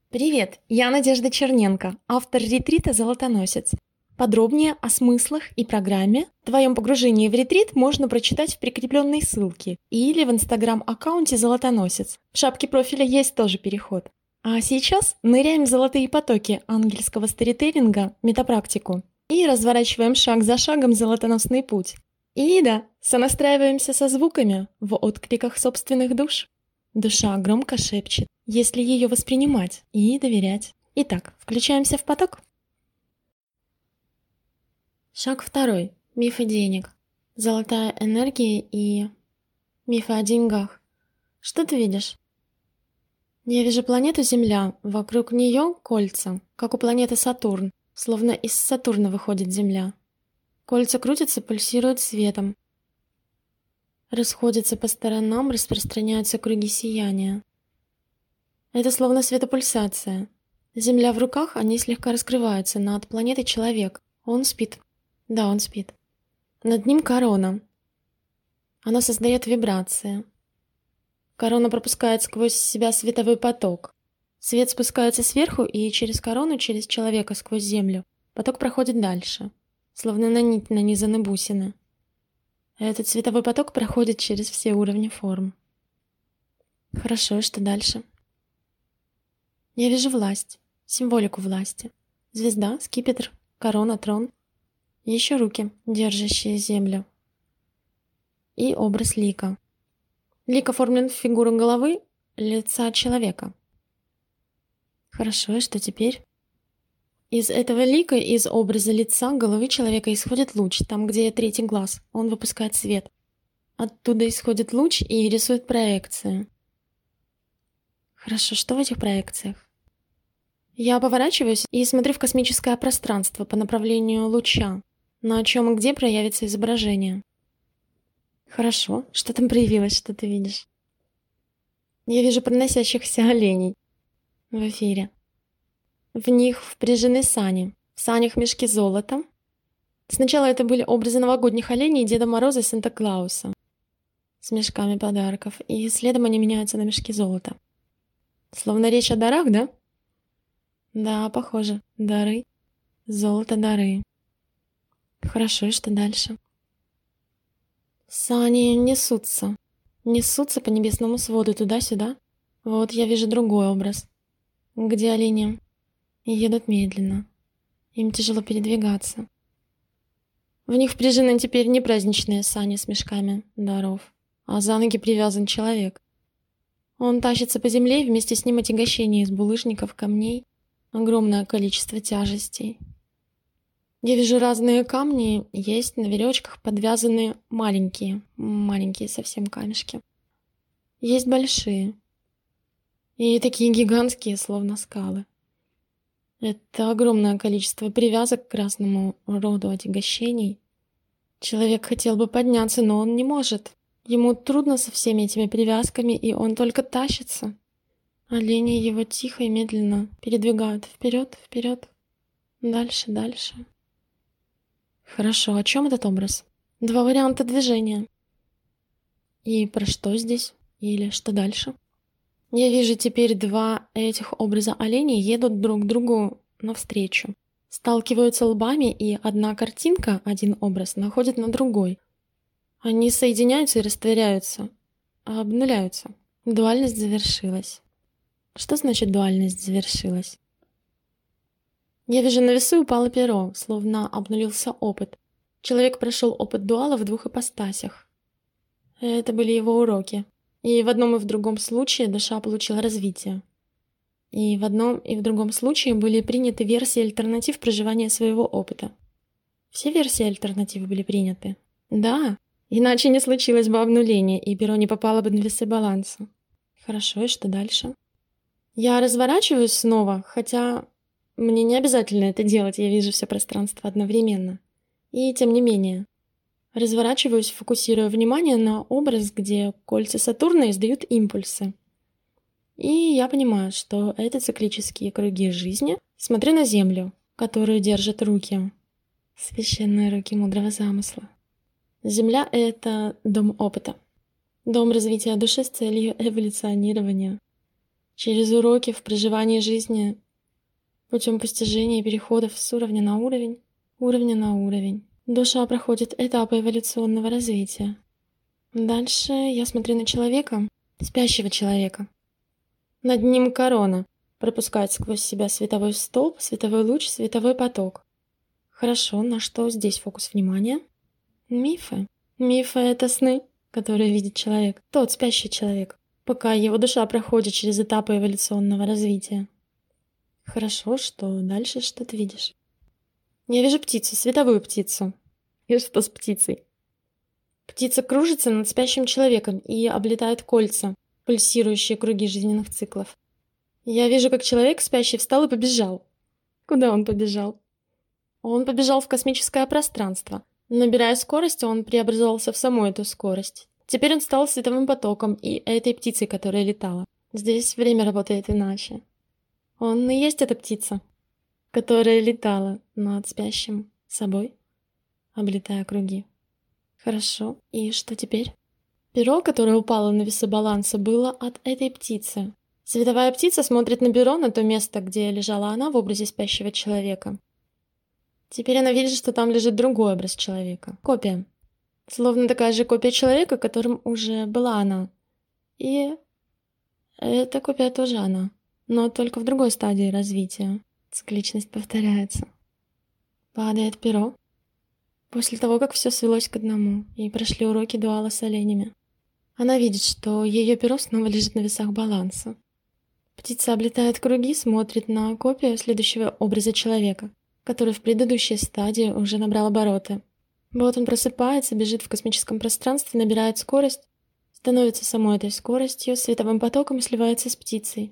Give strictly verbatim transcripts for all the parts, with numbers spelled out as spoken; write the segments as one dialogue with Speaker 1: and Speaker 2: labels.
Speaker 1: Привет, я Надежда Черненко, автор ретрита «Золотоносец». Подробнее о смыслах и программе в твоем погружении в ретрит можно прочитать в прикрепленной ссылке или в инстаграм-аккаунте «Золотоносец». В шапке профиля есть тоже переход. А сейчас ныряем в золотые потоки ангельского сторителлинга, метапрактику, и разворачиваем шаг за шагом золотоносный путь. И да, сонастраиваемся со звуками в откликах собственных душ. Душа громко шепчет, если ее воспринимать и доверять. Итак, включаемся в поток. Шаг второй. Мифы денег. Золотая энергия и мифы о деньгах. Что ты видишь? Я вижу планету Земля, вокруг нее кольца, как у планеты Сатурн, словно из Сатурна выходит Земля. Кольца крутятся, пульсируют светом. Расходятся по сторонам, распространяются круги сияния. Это словно светопульсация. Земля в руках, они слегка раскрываются. Над планетой человек. Он спит. Да, он спит. Над ним корона. Она создает вибрации. Корона пропускает сквозь себя световой поток. Свет спускается сверху и через корону, через человека сквозь землю. Поток проходит дальше. Словно на нить нанизаны бусины. Этот световой поток проходит через все уровни форм. Хорошо, что дальше? Я вижу власть, символику власти. Звезда, скипетр, корона, трон. Еще руки, держащие землю. И образ лика. Лик оформлен в фигуру головы, лица человека. Хорошо, и что теперь? Из этого лика, из образа лица головы человека исходит луч, там, где третий глаз, он выпускает свет. Оттуда исходит луч и рисует проекции. Хорошо, что в этих проекциях? Я поворачиваюсь и смотрю в космическое пространство по направлению луча, на чем и где проявится изображение. Хорошо, что там проявилось, что ты видишь? Я вижу проносящихся оленей в эфире. В них впряжены сани. В санях мешки золота. Сначала это были образы новогодних оленей Деда Мороза и Санта-Клауса с мешками подарков, и следом они меняются на мешки золота. Словно речь о дарах, да? Да, похоже. Дары. Золото, дары. Хорошо, и что дальше? Сани несутся. Несутся по небесному своду туда-сюда. Вот я вижу другой образ, где олени едут медленно. Им тяжело передвигаться. В них впряжены теперь не праздничные сани с мешками даров, а за ноги привязан человек. Он тащится по земле, и вместе с ним отягощение из булыжников, камней, огромное количество тяжестей. Я вижу разные камни, есть на веревочках подвязаны маленькие, маленькие совсем камешки. Есть большие. И такие гигантские, словно скалы. Это огромное количество привязок к разному роду отягощений. Человек хотел бы подняться, но он не может. Ему трудно со всеми этими привязками, и он только тащится. Олени его тихо и медленно передвигают вперед, вперед, дальше, дальше. Хорошо, о чем этот образ? Два варианта движения. И про что здесь? Или что дальше? Я вижу теперь два этих образа оленей едут друг к другу навстречу. Сталкиваются лбами, и одна картинка, один образ, находит на другой. Они соединяются и растворяются, а обнуляются. Дуальность завершилась. Что значит дуальность завершилась? Я вижу, на весу упало перо, словно обнулился опыт. Человек прошел опыт дуала в двух ипостасях. Это были его уроки. И в одном и в другом случае душа получила развитие. И в одном и в другом случае были приняты версии альтернатив проживания своего опыта. Все версии альтернатив были приняты? Да, иначе не случилось бы обнуление, и перо не попало бы на весы баланса. Хорошо, и что дальше? Я разворачиваюсь снова, хотя мне не обязательно это делать, я вижу все пространство одновременно. И тем не менее. Разворачиваюсь, фокусируя внимание на образ, где кольца Сатурна издают импульсы. И я понимаю, что это циклические круги жизни. Смотрю на Землю, которую держат руки. Священные руки мудрого замысла. Земля — это дом опыта. Дом развития души с целью эволюционирования. через уроки в проживании жизни путем постижения и переходов с уровня на уровень, уровня на уровень. Душа проходит этапы эволюционного развития. Дальше я смотрю на человека, спящего человека. Над ним корона пропускает сквозь себя световой столб, световой луч, световой поток. Хорошо, на что здесь фокус внимания? Мифы. Мифы — это сны, которые видит человек, тот спящий человек, пока его душа проходит через этапы эволюционного развития. Хорошо, что дальше, что ты видишь? Я вижу птицу, световую птицу. И что с птицей? Птица кружится над спящим человеком и облетает кольца, пульсирующие круги жизненных циклов. Я вижу, как человек спящий встал и побежал. Куда он побежал? Он побежал в космическое пространство. Набирая скорость, он преобразовался в саму эту скорость. Теперь он стал световым потоком и этой птицей, которая летала. Здесь время работает иначе. Он и есть эта птица, которая летала над спящим собой, облетая круги. Хорошо, и что теперь? Перо, которое упало на весы баланса, было от этой птицы. Световая птица смотрит на перо, на то место, где лежала она в образе спящего человека. Теперь она видит, что там лежит другой образ человека. Копия. Словно такая же копия человека, которым уже была она. И эта копия тоже она, но только в другой стадии развития. Цикличность повторяется. Падает перо. После того, как все свелось к одному, и прошли уроки дуала с оленями. Она видит, что ее перо снова лежит на весах баланса. Птица облетает круги, смотрит на копию следующего образа человека, который в предыдущей стадии уже набрал обороты. Вот он просыпается, бежит в космическом пространстве, набирает скорость, становится самой этой скоростью, световым потоком и сливается с птицей.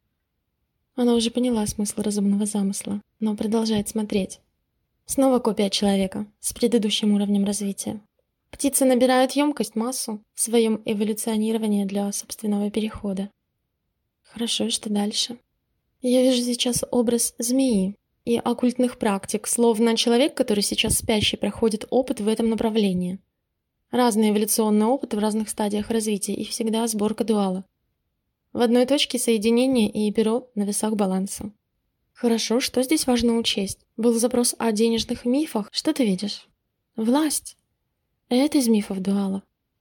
Speaker 1: Она уже поняла смысл разумного замысла, но продолжает смотреть. Снова копия человека с предыдущим уровнем развития. Птица набирает емкость, массу в своем эволюционировании для собственного перехода. Хорошо, что дальше? Я вижу сейчас образ змеи и оккультных практик, словно человек, который сейчас спящий, проходит опыт в этом направлении. Разные эволюционные опыты в разных стадиях развития и всегда сборка дуала. В одной точке соединения и перо на весах баланса. Хорошо, что здесь важно учесть? Был запрос о денежных мифах. Что ты видишь? Власть. Это из мифов дуала.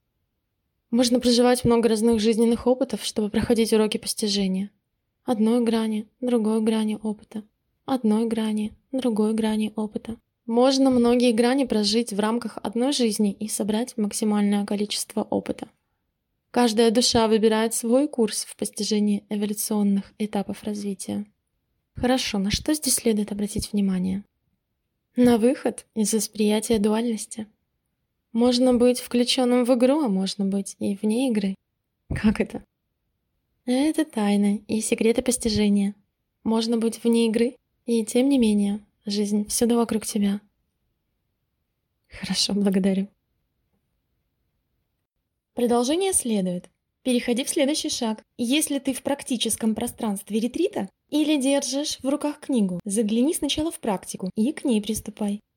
Speaker 1: Можно проживать много разных жизненных опытов, чтобы проходить уроки постижения. Одной грани, другой грани опыта. Одной грани, другой грани опыта. Можно многие грани прожить в рамках одной жизни и собрать максимальное количество опыта. Каждая душа выбирает свой курс в постижении эволюционных этапов развития. Хорошо, на что здесь следует обратить внимание? На выход из восприятия дуальности. Можно быть включенным в игру, а можно быть и вне игры. Как это? Это тайны и секреты постижения. Можно быть вне игры, и тем не менее, жизнь всюду вокруг тебя. Хорошо, благодарю. Продолжение следует. Переходи в следующий шаг. Если ты в практическом пространстве ретрита или держишь в руках книгу, загляни сначала в практику и к ней приступай.